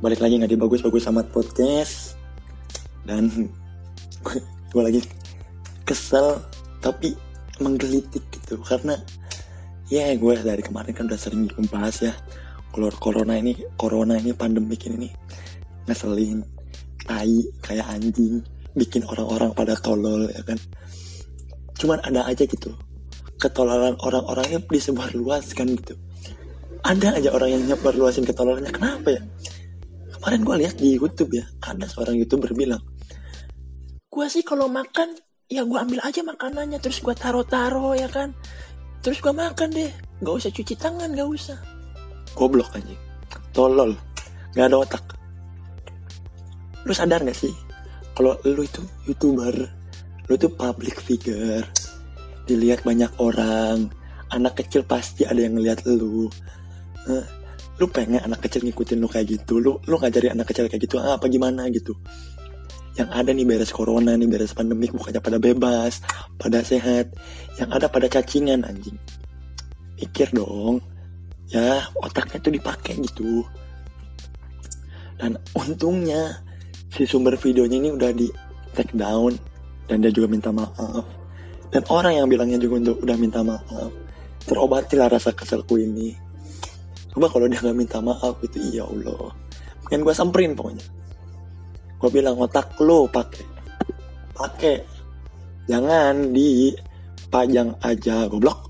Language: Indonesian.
Balik lagi nggak di bagus amat podcast. Dan gue lagi kesel tapi menggelitik gitu. Karena ya gue dari kemarin kan udah sering membahas ya, kalau corona ini pandemik ini nih ngeselin, tai kayak anjing, bikin orang-orang pada tolol ya kan. Cuman ada aja gitu ketololan orang-orangnya disebarluaskan gitu. Ada aja orang yang nyebarluasin ketololannya. Kenapa ya? Kemarin gue lihat di YouTube ya, ada seorang YouTuber bilang, gue sih kalau makan ya gue ambil aja makanannya terus gue taro ya kan, terus gue makan deh, gak usah cuci tangan, gak usah. Goblok anjing, tolol, gak ada otak. Lu sadar gak sih kalau lu itu YouTuber, lu tuh public figure, dilihat banyak orang, anak kecil pasti ada yang ngeliat lu. Lu pengen anak kecil ngikutin lu kayak gitu, lu ngajarin anak kecil kayak gitu apa gimana gitu. Yang ada nih beres corona nih, beres pandemik, bukannya pada bebas, pada sehat, yang ada pada cacingan anjing. Pikir dong ya, otaknya tuh dipakai gitu. Dan untungnya si sumber videonya ini udah di take down dan dia juga minta maaf. Dan orang yang bilangnya juga udah minta maaf. Terobatilah rasa keselku ini. Coba kalau dia gak minta maaf gitu, ya Allah, mungkin gue samperin pokoknya. Gue bilang, otak lo pakai, jangan dipajang aja, goblok.